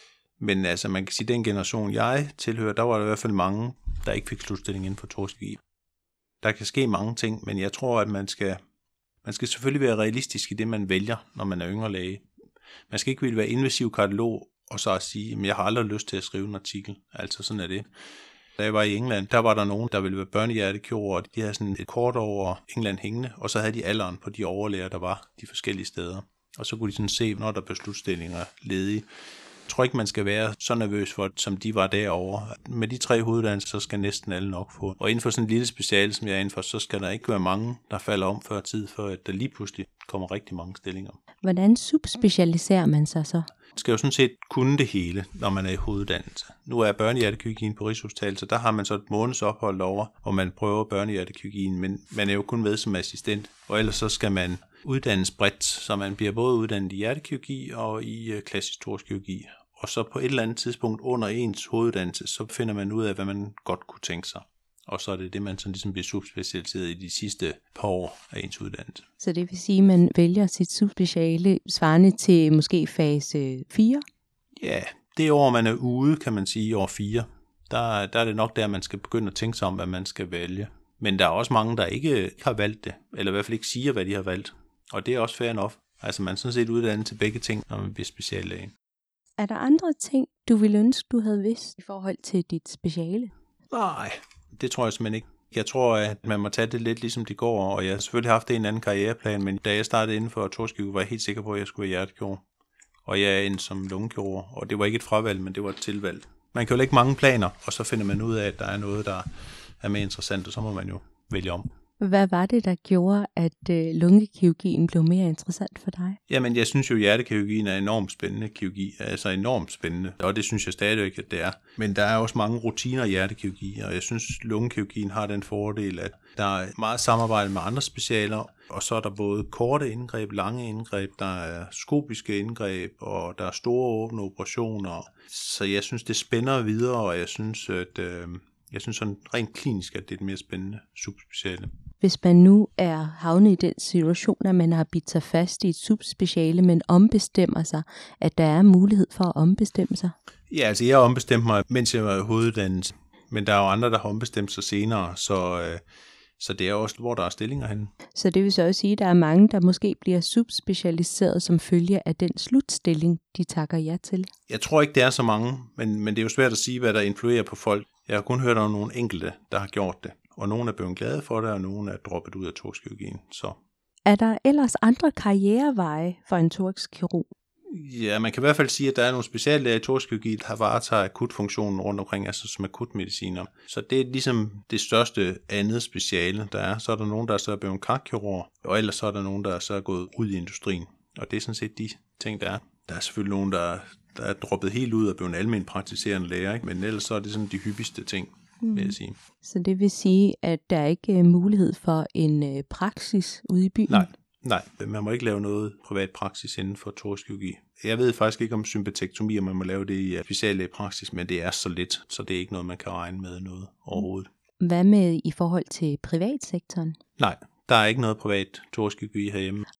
Men altså, man kan sige, at den generation, jeg tilhører, der var der i hvert fald mange, der ikke fik slutstilling inden for thoraxkirurgi. Der kan ske mange ting, men jeg tror, at man skal selvfølgelig være realistisk i det, man vælger, når man er yngre læge. Man skal ikke ville være invasiv kardiolog og så at sige, at jeg har aldrig lyst til at skrive en artikel. Altså sådan er det. Da jeg var i England, der var der nogen, der ville være børnehjertekirurger, og de havde sådan et kort over England hængende, og så havde de alderen på de overlæger, der var de forskellige steder. Og så kunne de sådan se, når der blev slutstillinger ledige. Jeg tror ikke, man skal være så nervøs for, som de var derovre. Med de 3 hoveduddannelser, så skal næsten alle nok få. Og inden for sådan en lille speciale, som jeg er inden for, så skal der ikke være mange, der falder om før tid, før at der lige pludselig kommer rigtig mange stillinger. Hvordan subspecialiserer man sig så? Man skal jo sådan set kunne det hele, når man er i hoveduddannelse. Nu er børnehjertekirurgien på Rigshospitalet, så der har man så et måneds ophold over, hvor man prøver børnehjertekirurgien, men man er jo kun med som assistent, og ellers så skal man uddannes bredt, så man bliver både uddannet i hjertekirurgi og i klassisk thoraxkirurgi. Og så på et eller andet tidspunkt under ens hoveduddannelse, så finder man ud af, hvad man godt kunne tænke sig. Og så er det det, man sådan ligesom bliver subspecialiseret i de sidste par år af ens uddannelse. Så det vil sige, at man vælger sit subspeciale svarende til måske fase 4? Ja, det år, man er ude, kan man sige, i år 4, der er det nok der, man skal begynde at tænke sig om, hvad man skal vælge. Men der er også mange, der ikke har valgt det, eller i hvert fald ikke siger, hvad de har valgt. Og det er også fair enough. Altså man er sådan set uddannet til begge ting, når man bliver speciallæge. Er der andre ting, du ville ønske, du havde vidst i forhold til dit speciale? Nej, det tror jeg simpelthen ikke. Jeg tror, at man må tage det lidt ligesom det går, og jeg har selvfølgelig haft en anden karriereplan, men da jeg startede inden for thoraxkirurgi, var jeg helt sikker på, at jeg skulle være hjertekirurg. Og jeg er ind som lungekirurg, og det var ikke et fravalg, men det var et tilvalg. Man kan jo lægge mange planer, og så finder man ud af, at der er noget, der er mere interessant, og så må man jo vælge om. Hvad var det, der gjorde, at lungekirurgien blev mere interessant for dig? Jamen, jeg synes jo, at hjertekirurgien er enormt spændende kirurgi. Altså enormt spændende, og det synes jeg stadigvæk, at det er. Men der er også mange rutiner i hjertekirurgi, og jeg synes, at lungekirurgien har den fordel, at der er meget samarbejde med andre specialer, og så er der både korte indgreb, lange indgreb, der er skopiske indgreb, og der er store åbne operationer. Så jeg synes, det spænder videre, og jeg synes, at sådan rent klinisk, at det er et mere spændende subspeciale. Hvis man nu er havnet i den situation, at man har bidt sig fast i et subspeciale, men ombestemmer sig, at der er mulighed for at ombestemme sig? Ja, altså jeg ombestemte mig, mens jeg var hoveduddannet, men der er jo andre, der har ombestemt sig senere, så det er også, hvor der er stillinger henne. Så det vil så også sige, at der er mange, der måske bliver subspecialiseret som følge af den slutstilling, de takker ja til? Jeg tror ikke, det er så mange, men det er jo svært at sige, hvad der influerer på folk. Jeg har kun hørt om nogle enkelte, der har gjort det. Og nogle er blevet glade for det, og nogle er droppet ud af thoraxkirurgien. Så. Er der ellers andre karriereveje for en thoraxkirurg? Ja, man kan i hvert fald sige, at der er nogle speciallæger i thoraxkirurgi, der har varetaget akutfunktionen rundt omkring, altså som akutmediciner. Så det er ligesom det største andet speciale, der er. Så er der nogen, der er så blevet karkirurg, og ellers så er der nogen, der er så gået ud i industrien. Og det er sådan set de ting, der er. Der er selvfølgelig nogen, der er droppet helt ud og blevet en almen praktiserende læger, ikke? Men ellers så er det sådan de hyppigste ting, vil jeg sige. Så det vil sige, at der ikke er mulighed for en praksis ude i byen? Nej, man må ikke lave noget privat praksis inden for thoraxkirurgi. Jeg ved faktisk ikke om sympatektomi, om man må lave det i speciallægepraksis, men det er så lidt, så det er ikke noget, man kan regne med noget overhovedet. Hvad med i forhold til privatsektoren? Nej, der er ikke noget privat thoraxkirurgi herhjemme.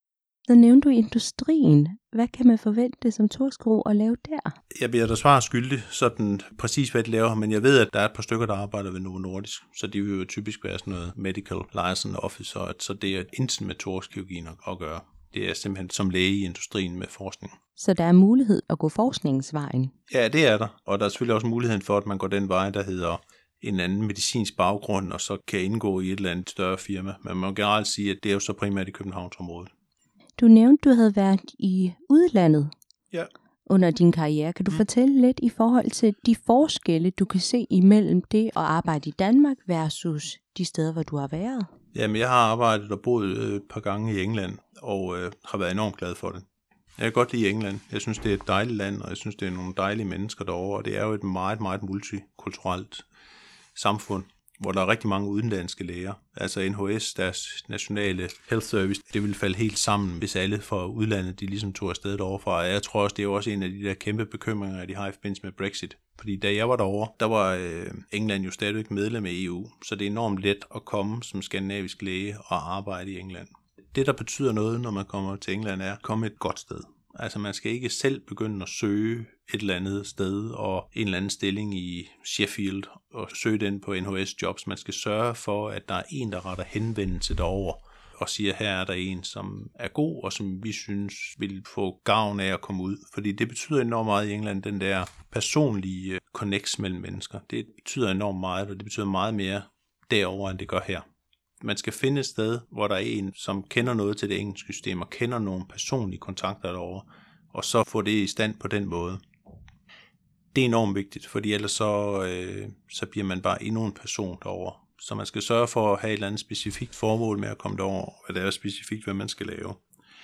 Så nævnte du industrien. Hvad kan man forvente som Torskro at lave der? Jeg bliver da svar skyldig, sådan præcis hvad de laver, men jeg ved, at der er et par stykker, der arbejder ved Novo Nordisk, så de vil jo typisk være sådan noget medical liaison officer, så det er intet med thoraxkirurgien at gøre. Det er simpelthen som læge i industrien med forskning. Så der er mulighed at gå forskningsvejen? Ja, det er der, og der er selvfølgelig også muligheden for, at man går den vej, der hedder en anden medicinsk baggrund, og så kan indgå i et eller andet større firma. Men man må generelt sige, at det er jo så primært i Københavnsområdet. Du nævnte, du havde været i udlandet under din karriere. Kan du fortælle lidt i forhold til de forskelle, du kan se imellem det at arbejde i Danmark versus de steder, hvor du har været? Jamen, jeg har arbejdet og boet et par gange i England, og har været enormt glad for det. Jeg kan godt lide England. Jeg synes, det er et dejligt land, og jeg synes, det er nogle dejlige mennesker derovre, og det er jo et meget, meget multikulturelt samfund, hvor der er rigtig mange udenlandske læger. Altså NHS, deres nationale health service, det ville falde helt sammen, hvis alle fra udlandet, de ligesom tog afsted derovre fra. Jeg tror også, det er jo også en af de der kæmpe bekymringer, de har i forbindelse med Brexit. Fordi da jeg var derovre, der var England jo stadigvæk medlem af EU, så det er enormt let at komme som skandinavisk læge og arbejde i England. Det, der betyder noget, når man kommer til England, er at komme et godt sted. Altså man skal ikke selv begynde at søge et eller andet sted og en eller anden stilling i Sheffield og søge den på NHS Jobs. Man skal sørge for, at der er en, der retter henvendelse derover og siger, her er der en, som er god og som vi synes vil få gavn af at komme ud. Fordi det betyder enormt meget i England, den der personlige connects mellem mennesker. Det betyder enormt meget, og det betyder meget mere derover end det gør her. Man skal finde et sted, hvor der er en, som kender noget til det engelske system og kender nogle personlige kontakter derovre, og så få det i stand på den måde. Det er enormt vigtigt, fordi ellers så bliver man bare endnu en person derovre. Så man skal sørge for at have et eller andet specifikt formål med at komme derover, og det er specifikt, hvad man skal lave.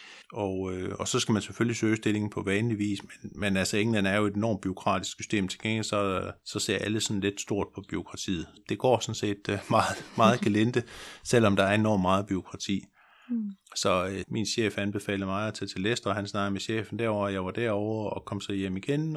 Og så skal man selvfølgelig søge stillingen på vanlig vis, men altså England er jo et enormt bureaukratisk system. Til gengæld så ser alle sådan lidt stort på bureaukratiet. Det går sådan set meget, meget gelinde, selvom der er enormt meget bureaukrati. Så min chef anbefalede mig at tage til Leicester, og han snakkede med chefen derovre, og jeg var derovre og kom så hjem igen,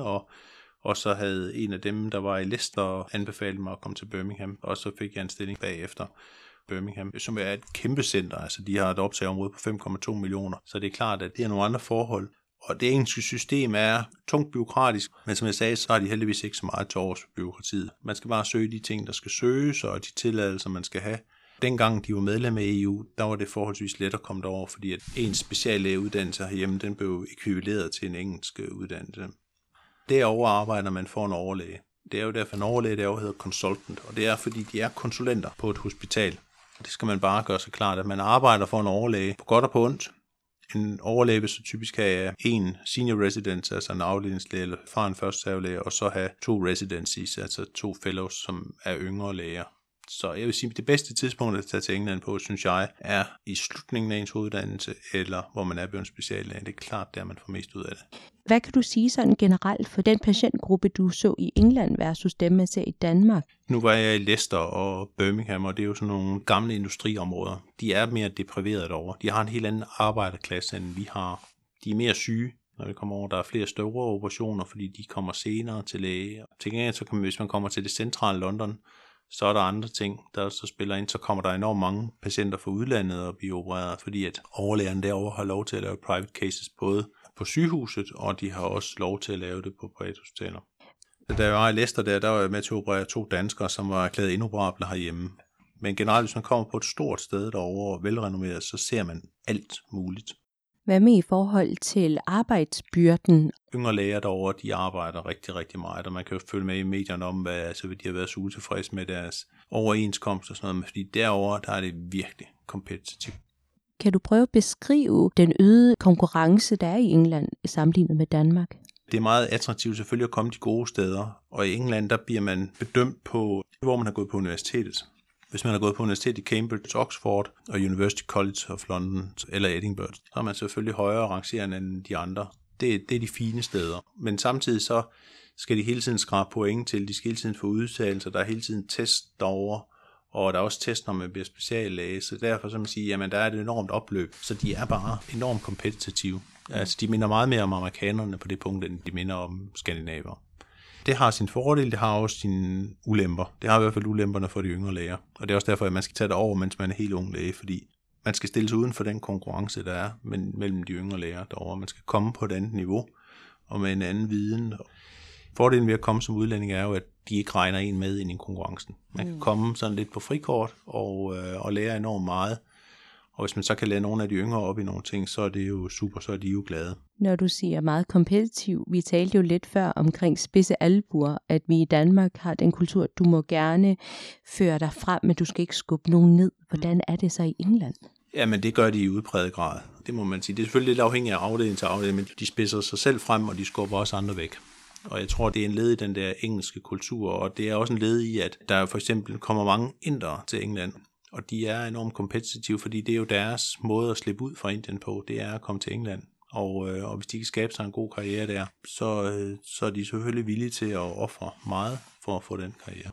og så havde en af dem, der var i Leicester, anbefalet mig at komme til Birmingham, og så fik jeg en stilling bagefter. Birmingham, som er et kæmpe center, altså de har et optageområde på 5,2 millioner, så det er klart, at det er nogle andre forhold. Og det engelske system er tungt bureaukratisk, men som jeg sagde, så har de heldigvis ikke så meget til overs for bureaukratiet. Man skal bare søge de ting, der skal søges, og de tilladelser, man skal have. Dengang de var medlem af EU, der var det forholdsvis let at komme derover, fordi at en speciallægeuddannelse herhjemme, den blev ekvivaleret til en engelsk uddannelse. Derover arbejder man for en overlæge. Det er jo derfor, en overlæge derovre hedder consultant, og det er fordi, de er konsulenter på et hospital. Det skal man bare gøre sig klart, at man arbejder for en overlæge på godt og på ondt. En overlæge vil så typisk have en senior residence, altså en afdelingslæge eller fra en førsteservelæge, og så have 2 residencies, altså 2 fellows, som er yngre læger. Så jeg vil sige, at det bedste tidspunkt at tage til England på, synes jeg, er i slutningen af ens uddannelse, eller hvor man er blevet speciallæge. Det er klart, der man får mest ud af det. Hvad kan du sige sådan generelt for den patientgruppe, du så i England versus dem, man ser i Danmark? Nu var jeg i Leicester og Birmingham, og det er jo sådan nogle gamle industriområder. De er mere depriverede derovre. De har en helt anden arbejderklasse, end vi har. De er mere syge, når det kommer over. Der er flere store operationer, fordi de kommer senere til læge. Til gengæld, så kan man, hvis man kommer til det centrale London, så er der andre ting, der så spiller ind. Så kommer der enormt mange patienter fra udlandet og bliver opereret, fordi at overlægerne derovre har lov til at lave private cases både på sygehuset, og de har også lov til at lave det på privathospitaler. Da jeg var i Leicester der var jeg med til at operere 2 danskere, som var erklæret inoperable herhjemme. Men generelt, hvis man kommer på et stort sted derovre og velrenommeret, så ser man alt muligt. Hvad med i forhold til arbejdsbyrden? Yngre læger derovre, de arbejder rigtig, rigtig meget, og man kan jo følge med i medierne om, hvad de har været så utilfredse med deres overenskomst og sådan noget, men fordi derovre, der er det virkelig kompetitivt. Kan du prøve at beskrive den øgede konkurrence, der er i England sammenlignet med Danmark? Det er meget attraktivt selvfølgelig at komme de gode steder, og i England, der bliver man bedømt på, hvor man har gået på universitetet. Hvis man har gået på universitet i Cambridge, Oxford og University College of London eller Edinburgh, så er man selvfølgelig højere rangerende end de andre. Det er de fine steder. Men samtidig så skal de hele tiden skrabe point til, de skal hele tiden få udtalelser, der er hele tiden test derovre, og der er også test, når man bliver speciallæge, så derfor så man sige, jamen der er et enormt opløb, så de er bare enormt kompetitive. Altså de minder meget mere om amerikanerne på det punkt, end de minder om skandinaver. Det har sin fordel, det har også sine ulemper. Det har i hvert fald ulemperne for de yngre læger, og det er også derfor, at man skal tage det over, mens man er helt ung læge, fordi man skal stille sig uden for den konkurrence, der er mellem de yngre læger derovre. Man skal komme på et andet niveau og med en anden viden. Fordelen ved at komme som udlænding er jo, at de ikke regner en med ind i konkurrencen. Man kan komme sådan lidt på frikort og lære enormt meget. Og hvis man så kan lære nogle af de yngre op i nogle ting, så er det jo super, så er de jo glade. Når du siger meget kompetitiv, vi talte jo lidt før omkring spidse albuer, at vi i Danmark har den kultur, at du må gerne føre dig frem, men du skal ikke skubbe nogen ned. Hvordan er det så i England? Ja, men det gør de i udpræget grad. Det må man sige. Det er selvfølgelig lidt afhængigt af afdeling til afdeling, men de spidser sig selv frem, og de skubber også andre væk. Og jeg tror, det er en led i den der engelske kultur, og det er også en led i, at der for eksempel kommer mange indere til England, og de er enormt kompetitive, fordi det er jo deres måde at slippe ud fra Indien på, det er at komme til England. Og hvis de kan skabe sig en god karriere der, så er de selvfølgelig villige til at ofre meget for at få den karriere.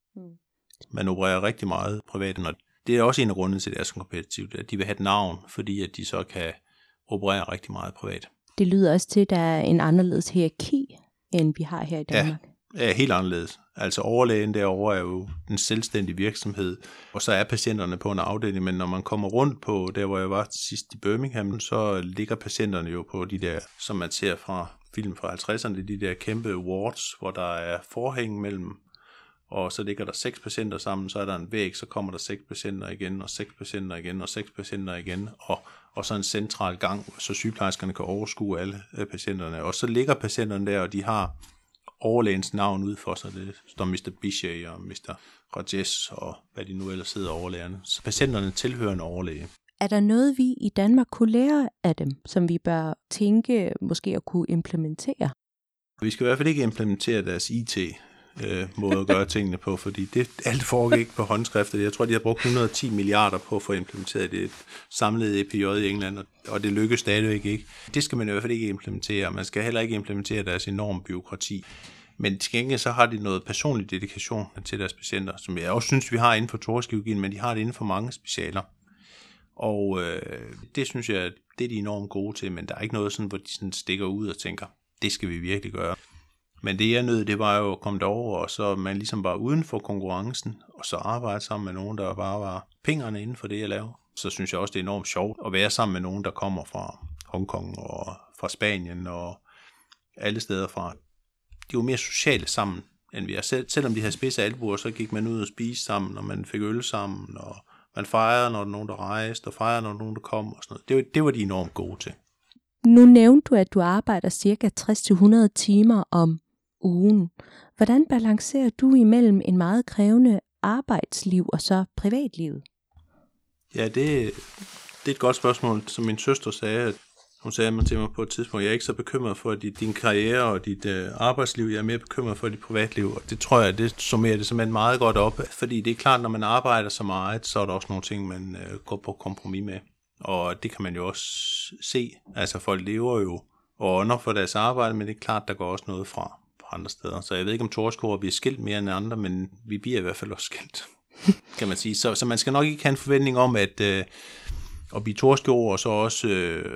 Man opererer rigtig meget privat, og det er også en af grundene til, at det er så kompetitivt, at de vil have et navn, fordi at de så kan operere rigtig meget privat. Det lyder også til, at der er en anderledes hierarki, end vi har her i Danmark. Ja, helt anderledes. Altså overlægen derovre er jo en selvstændig virksomhed, og så er patienterne på en afdeling, men når man kommer rundt på der, hvor jeg var sidst i Birmingham, så ligger patienterne jo på de der, som man ser fra film fra 50'erne, de der kæmpe wards, hvor der er forhæng mellem, og så ligger der 6 patienter sammen, så er der en væg, så kommer der 6 patienter igen, og 6 patienter igen, og 6 patienter igen, og så en central gang, så sygeplejerskerne kan overskue alle patienterne. Og så ligger patienterne der, og de har overlægens navn ud for sig. Det står Mr. Bichet og Mr. Rajesh og hvad de nu ellers hedder overlægerne. Så patienterne tilhører en overlæge. Er der noget, vi i Danmark kunne lære af dem, som vi bør tænke måske at kunne implementere? Vi skal i hvert fald ikke implementere deres IT-måde at gøre tingene på, fordi alt foregik på håndskriftet. Jeg tror, de har brugt 110 milliarder på at få implementeret det samlede EPJ i England, og det lykkes stadigvæk ikke. Det skal man i hvert fald ikke implementere. Man skal heller ikke implementere deres enorme byråkrati. Men til gengæld så har de noget personlig dedikation til deres patienter, som jeg også synes, vi har inden for thoraxkirurgien, men de har det inden for mange specialer. Og det synes jeg, det er de enormt gode til, men der er ikke noget sådan, hvor de sådan stikker ud og tænker, det skal vi virkelig gøre. Men det jeg nød, det var jo at komme derover, og så man ligesom var uden for konkurrencen, og så arbejde sammen med nogen, der bare var pengerne inden for det, jeg laver. Så synes jeg også, det er enormt sjovt at være sammen med nogen, der kommer fra Hongkong og fra Spanien og alle steder fra. De var mere sociale sammen, end vi er. Selvom de havde spidse albuer, så gik man ud og spiste sammen, og man fik øl sammen, og man fejrede, når der var nogen, der rejste, og fejrede, når der var nogen, der kom, og sådan noget. Det var de enormt gode til. Nu nævnte du, at du arbejder cirka 60-100 timer om ugen. Hvordan balancerer du imellem en meget krævende arbejdsliv og så privatlivet? Ja, det er et godt spørgsmål, som min søster sagde. Hun sagde til mig på et tidspunkt, jeg er ikke så bekymret for din karriere og dit arbejdsliv, jeg er mere bekymret for dit privatliv, og det tror jeg, det summerer det simpelthen meget godt op, fordi det er klart, når man arbejder så meget, så er der også nogle ting, man går på kompromis med, og det kan man jo også se. Altså folk lever jo og ånder for deres arbejde, men det er klart, der går også noget fra andre steder. Så jeg ved ikke, om thoraxkirurger bliver skilt mere end andre, men vi bliver i hvert fald også skilt, kan man sige. Så man skal nok ikke have en forventning om, at blive thoraxkirurg og så også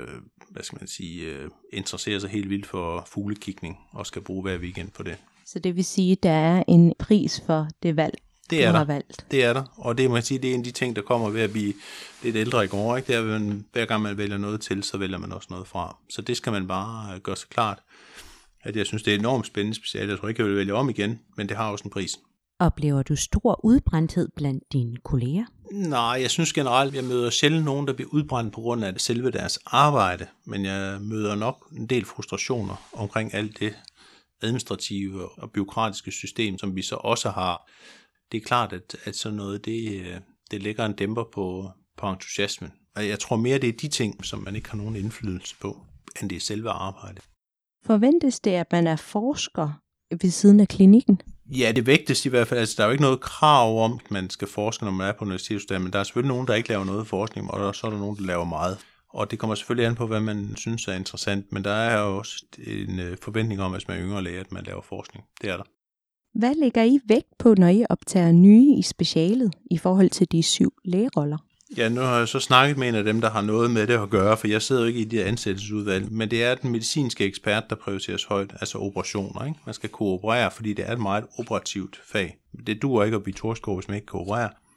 interessere sig helt vildt for fuglekigning og skal bruge hver weekend på det. Så det vil sige, at der er en pris for det valg, du har valgt? Det er der, og det må jeg sige, det er en af de ting, der kommer ved at blive lidt ældre i går. Ikke? Det er, at hver gang man vælger noget til, så vælger man også noget fra. Så det skal man bare gøre sig klart, at jeg synes, det er enormt spændende specielt. Jeg tror ikke, jeg vil vælge om igen, men det har også en pris. Oplever du stor udbrændthed blandt dine kolleger? Nej, jeg synes generelt, jeg møder sjældent nogen, der bliver udbrændt på grund af selve deres arbejde, men jeg møder nok en del frustrationer omkring alt det administrative og byråkratiske system, som vi så også har. Det er klart, at sådan noget, det lægger en dæmper på entusiasmen. Og jeg tror mere, det er de ting, som man ikke har nogen indflydelse på, end det er selve arbejdet. Forventes det, at man er forsker ved siden af klinikken? Ja, det vægtes i hvert fald. Altså, der er jo ikke noget krav om, at man skal forske, når man er på universitetet, men der er selvfølgelig nogen, der ikke laver noget forskning, og så er der nogen, der laver meget. Og det kommer selvfølgelig an på, hvad man synes er interessant, men der er jo også en forventning om, hvis man er yngre læge, at man laver forskning. Det er der. Hvad lægger I vægt på, når I optager nye i specialet i forhold til de 7 lægeroller? Ja, nu har jeg så snakket med en af dem, der har noget med det at gøre, for jeg sidder jo ikke i de ansættelsesudvalg, men det er den medicinske ekspert, der prioriteres højt, altså operationer. Ikke? Man skal kunne operere, fordi det er et meget operativt fag. Det duer ikke at blive thoraxkirurg, hvis man ikke kan operere.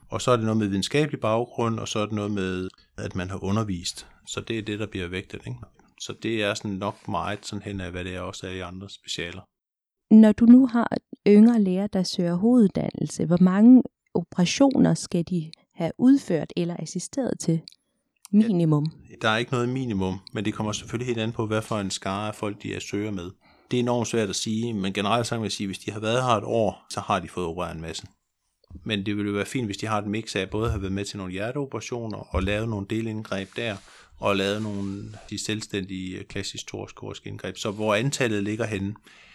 Og så er det noget med videnskabelig baggrund, og så er det noget med, at man har undervist. Så det er det, der bliver vægtet, ikke? Så det er sådan nok meget sådan hen af, hvad det er også er i andre specialer. Når du nu har yngre læger, der søger hoveduddannelse, hvor mange operationer skal de have udført eller assisteret til? Minimum. Ja, der er ikke noget minimum, men det kommer selvfølgelig helt an på, hvad for en skare af folk, de er søger med. Det er enormt svært at sige, men generelt så kan man sige, at hvis de har været her et år, så har de fået opereret en masse. Men det ville jo være fint, hvis de har et mix af både at have været med til nogle hjerteoperationer og lavet nogle delindgreb der, og lavet nogle de selvstændige klassisk thoraciske indgreb. Så hvor antallet ligger henne,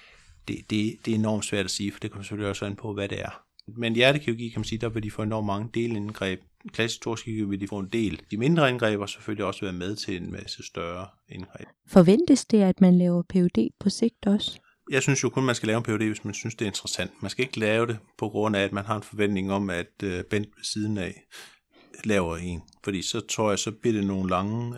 det er enormt svært at sige, for det kommer selvfølgelig også an på, hvad det er. Men hjertekirurgi, kan man sige, der vil de få enormt mange delindgreb. Klassisk thoracisk vil de få en del. De mindre indgreb og selvfølgelig også være med til en masse større indgreb. Forventes det, at man laver PhD på sigt også? Jeg synes jo kun, man skal lave en PhD, hvis man synes, det er interessant. Man skal ikke lave det på grund af, at man har en forventning om, at Bent ved siden af laver en. Fordi så tror jeg, så bliver det nogle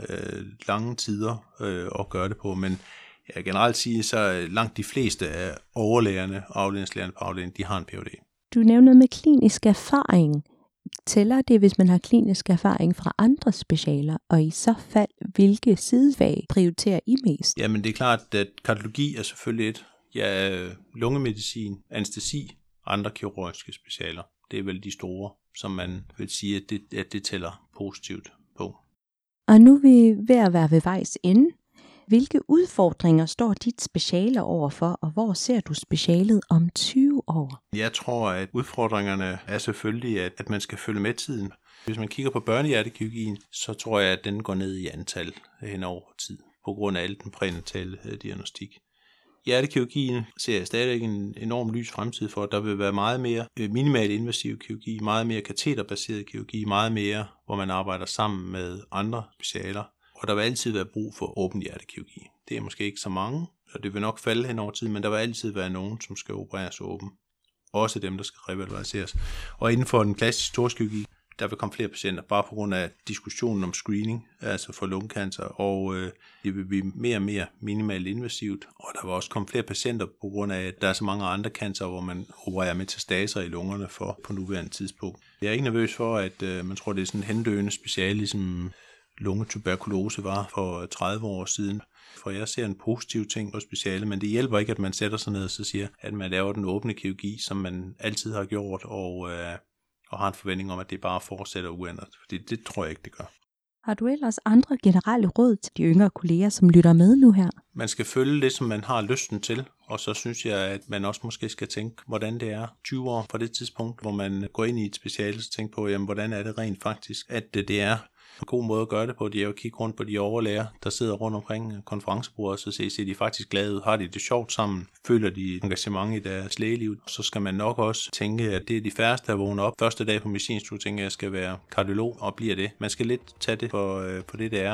lange tider at gøre det på. Men jeg generelt sige, så langt de fleste af overlægerne og afdelingslægerne på afdelingen, de har en PhD. Du nævner noget med klinisk erfaring. Tæller det, hvis man har klinisk erfaring fra andre specialer, og i så fald, hvilke sidefag prioriterer I mest? Jamen det er klart, at kardiologi er selvfølgelig et. Ja, lungemedicin, anæstesi og andre kirurgiske specialer. Det er vel de store, som man vil sige, at det tæller positivt på. Og nu er vi ved at være ved vejs ende. Hvilke udfordringer står dit speciale overfor, og hvor ser du specialet om 20 år? Jeg tror, at udfordringerne er selvfølgelig, at man skal følge med tiden. Hvis man kigger på børnehjertekirurgien, så tror jeg, at den går ned i antal hen over tid, på grund af al den prænatale diagnostik. Hjertekirurgien ser jeg stadig en enorm lys fremtid for. Der vil være meget mere minimal invasiv kirurgi, meget mere kateterbaseret kirurgi, meget mere, hvor man arbejder sammen med andre specialer. Og der vil altid være brug for åben hjertekirurgi. Det er måske ikke så mange, og det vil nok falde hen over tid, men der vil altid være nogen, som skal opereres åben. Også dem, der skal revaloriseres. Og inden for den klassiske thoraxkirurgi, der vil komme flere patienter, bare på grund af diskussionen om screening, altså for lungekancer, og det vil blive mere og mere minimalt invasivt, og der vil også komme flere patienter på grund af, at der er så mange andre cancer, hvor man opererer metastaser i lungerne for på nuværende tidspunkt. Jeg er ikke nervøs for, at man tror, det er sådan en hendøende speciale, ligesom lungetuberkulose var for 30 år siden. For jeg ser en positiv ting på speciale, men det hjælper ikke, at man sætter sig ned og så siger, at man laver den åbne kirurgi, som man altid har gjort, og har en forventning om, at det bare fortsætter uændret. Fordi det tror jeg ikke, det gør. Har du ellers andre generelle råd til de yngre kolleger, som lytter med nu her? Man skal følge det, som man har lysten til, og så synes jeg, at man også måske skal tænke, hvordan det er 20 år fra det tidspunkt, hvor man går ind i et speciale, så tænke på, jamen, hvordan er det rent faktisk, at det er en god måde at gøre det på. Det er jo at kigge rundt på de overlæger, der sidder rundt omkring konferencebordet, så ser de faktisk glade ud. Har de det sjovt sammen? Føler de engagement i deres lægeliv? Så skal man nok også tænke, at det er de færreste, der vågner op første dag på medicinstudiet, tænker jeg skal være kardiolog, og bliver det. Man skal lidt tage det for det, det er,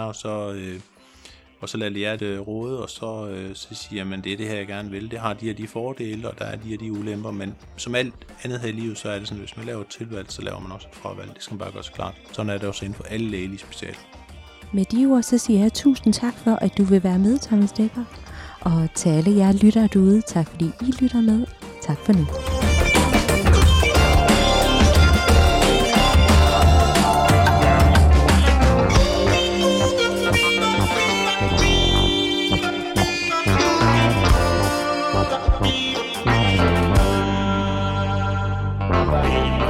og så lade hjertet råde, og så sige, jamen det er det her, jeg gerne vil. Det har de her de fordele, og der er de her de ulemper, men som alt andet her i livet, så er det sådan, at hvis man laver et tilvalg, så laver man også et fravalg. Det skal man bare gøre sig klart. Sådan er det også inden for alle lægelige specialer. Med de ord, så siger jeg tusind tak for, at du vil være med, Thomas Dekker. Og til alle jer lyttere derude, tak fordi I lytter med. Tak for nu. Bye.